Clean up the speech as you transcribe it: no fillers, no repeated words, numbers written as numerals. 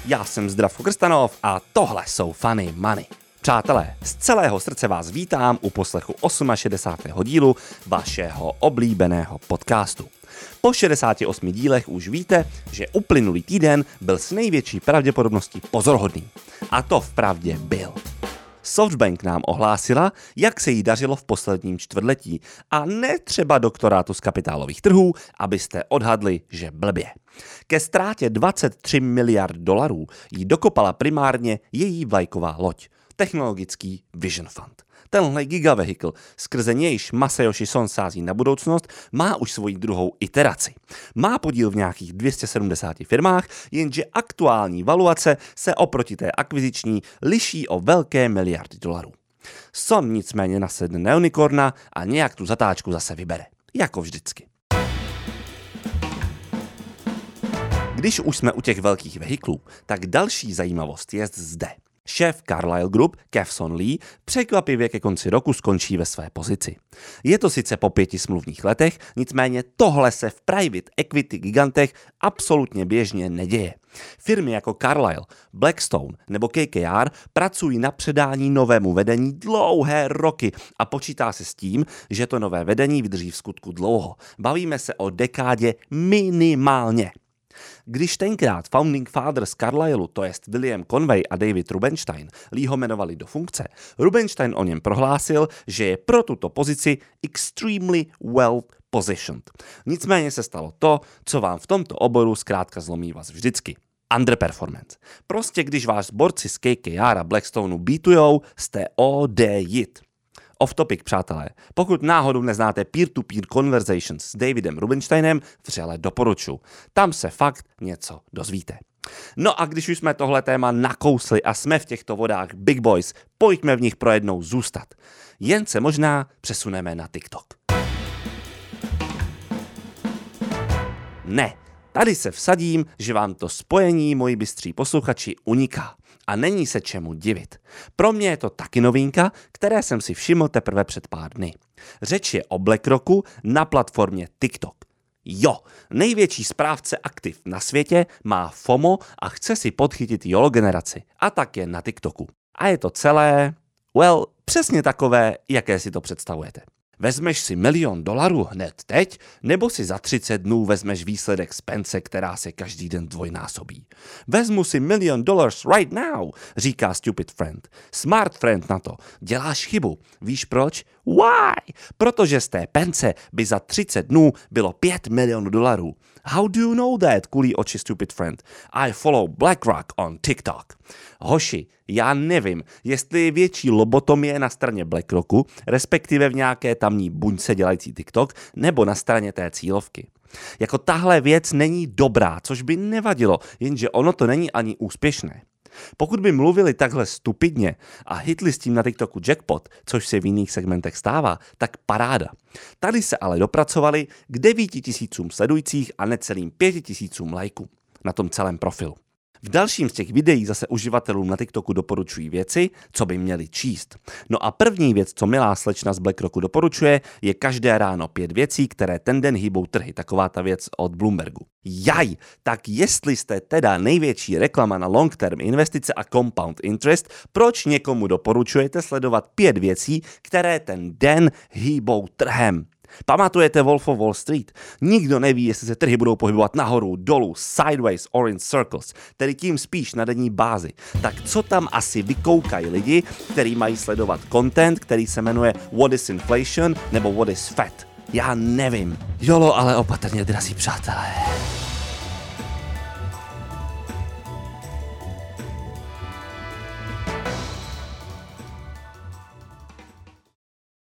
Já jsem Zdravko Krstanov a tohle jsou Funny Money. Přátelé, z celého srdce vás vítám u poslechu 68. dílu vašeho oblíbeného podcastu. Po 68 dílech už víte, že uplynulý týden byl s největší pravděpodobností pozoruhodný. A to vpravdě byl. Softbank nám ohlásila, jak se jí dařilo v posledním čtvrtletí a ne třeba doktorátu z kapitálových trhů, abyste odhadli, že blbě. Ke ztrátě 23 miliard dolarů jí dokopala primárně její vlajková loď, technologický Vision Fund. Tenhle gigavehikl, skrze nějž Masayoshi Son sází na budoucnost, má už svoji druhou iteraci. Má podíl v nějakých 270 firmách, jenže aktuální valuace se oproti té akviziční liší o velké miliardy dolarů. Son nicméně nasedne na unikorna a nějak tu zatáčku zase vybere. Jako vždycky. Když už jsme u těch velkých vehiklů, tak další zajímavost je zde. Šéf Carlyle Group, Kev Son Lee, překvapivě ke konci roku skončí ve své pozici. Je to sice po 5 smluvních letech, nicméně tohle se v private equity gigantech absolutně běžně neděje. Firmy jako Carlyle, Blackstone nebo KKR pracují na předání novému vedení dlouhé roky a počítá se s tím, že to nové vedení vydrží v skutku dlouho. Bavíme se o dekádě minimálně. Když tenkrát founding fathers Carlyleu, to jest William Conway a David Rubenstein, Leeho jmenovali do funkce, Rubenstein o něm prohlásil, že je pro tuto pozici extremely well positioned. Nicméně se stalo to, co vám v tomto oboru zkrátka zlomí vás vždycky. Underperformance. Prostě když vás borci z KKR a Blackstoneu beatujou, jste OD-jit. Off topic, přátelé. Pokud náhodou neznáte peer-to-peer conversations s Davidem Rubensteinem, vřele doporučuji. Tam se fakt něco dozvíte. No a když už jsme tohle téma nakousli a jsme v těchto vodách Big Boys, pojďme v nich pro jednou zůstat. Jen se možná přesuneme na TikTok. Ne, tady se vsadím, že vám to spojení, moji bystří posluchači, uniká. A není se čemu divit. Pro mě je to taky novinka, které jsem si všiml teprve před pár dny. Řeč je o BlackRocku na platformě TikTok. Jo, největší správce aktiv na světě má FOMO a chce si podchytit YOLO generaci. A tak je na TikToku. A je to celé, přesně takové, jaké si to představujete. Vezmeš si $1 milion hned teď, nebo si za 30 dnů vezmeš výsledek z pence, která se každý den dvojnásobí. Vezmu si $1 million right now, říká stupid friend. Smart friend na to. Děláš chybu. Víš proč? Why? Protože z té pence by za 30 dnů bylo $5 milionů. How do you know that, kulí oči stupid friend? I follow BlackRock on TikTok. Hoši, já nevím, jestli je větší lobotomie na straně BlackRocku, respektive v nějaké tamní buňce dělající TikTok, nebo na straně té cílovky. Jako tahle věc není dobrá, což by nevadilo, jenže ono to není ani úspěšné. Pokud by mluvili takhle stupidně a hitli s tím na TikToku jackpot, což se v jiných segmentech stává, tak paráda. Tady se ale dopracovali k 9 000 sledujících a necelým 5 000 lajků na tom celém profilu. V dalším z těch videí zase uživatelům na TikToku doporučují věci, co by měli číst. No a první věc, co milá slečna z BlackRocku doporučuje, je každé ráno 5 věcí, které ten den hýbou trhy. Taková ta věc od Bloombergu. Jaj, tak jestli jste teda největší reklama na long-term investice a compound interest, proč někomu doporučujete sledovat 5 věcí, které ten den hýbou trhem? Pamatujete Wolf of Wall Street? Nikdo neví, jestli se trhy budou pohybovat nahoru, dolů, sideways or in circles, tedy tím spíš na denní bázi. Tak co tam asi vykoukají lidi, kteří mají sledovat content, který se jmenuje What is Inflation nebo What is Fed? Já nevím. Jolo, ale opatrně, drazí přátelé.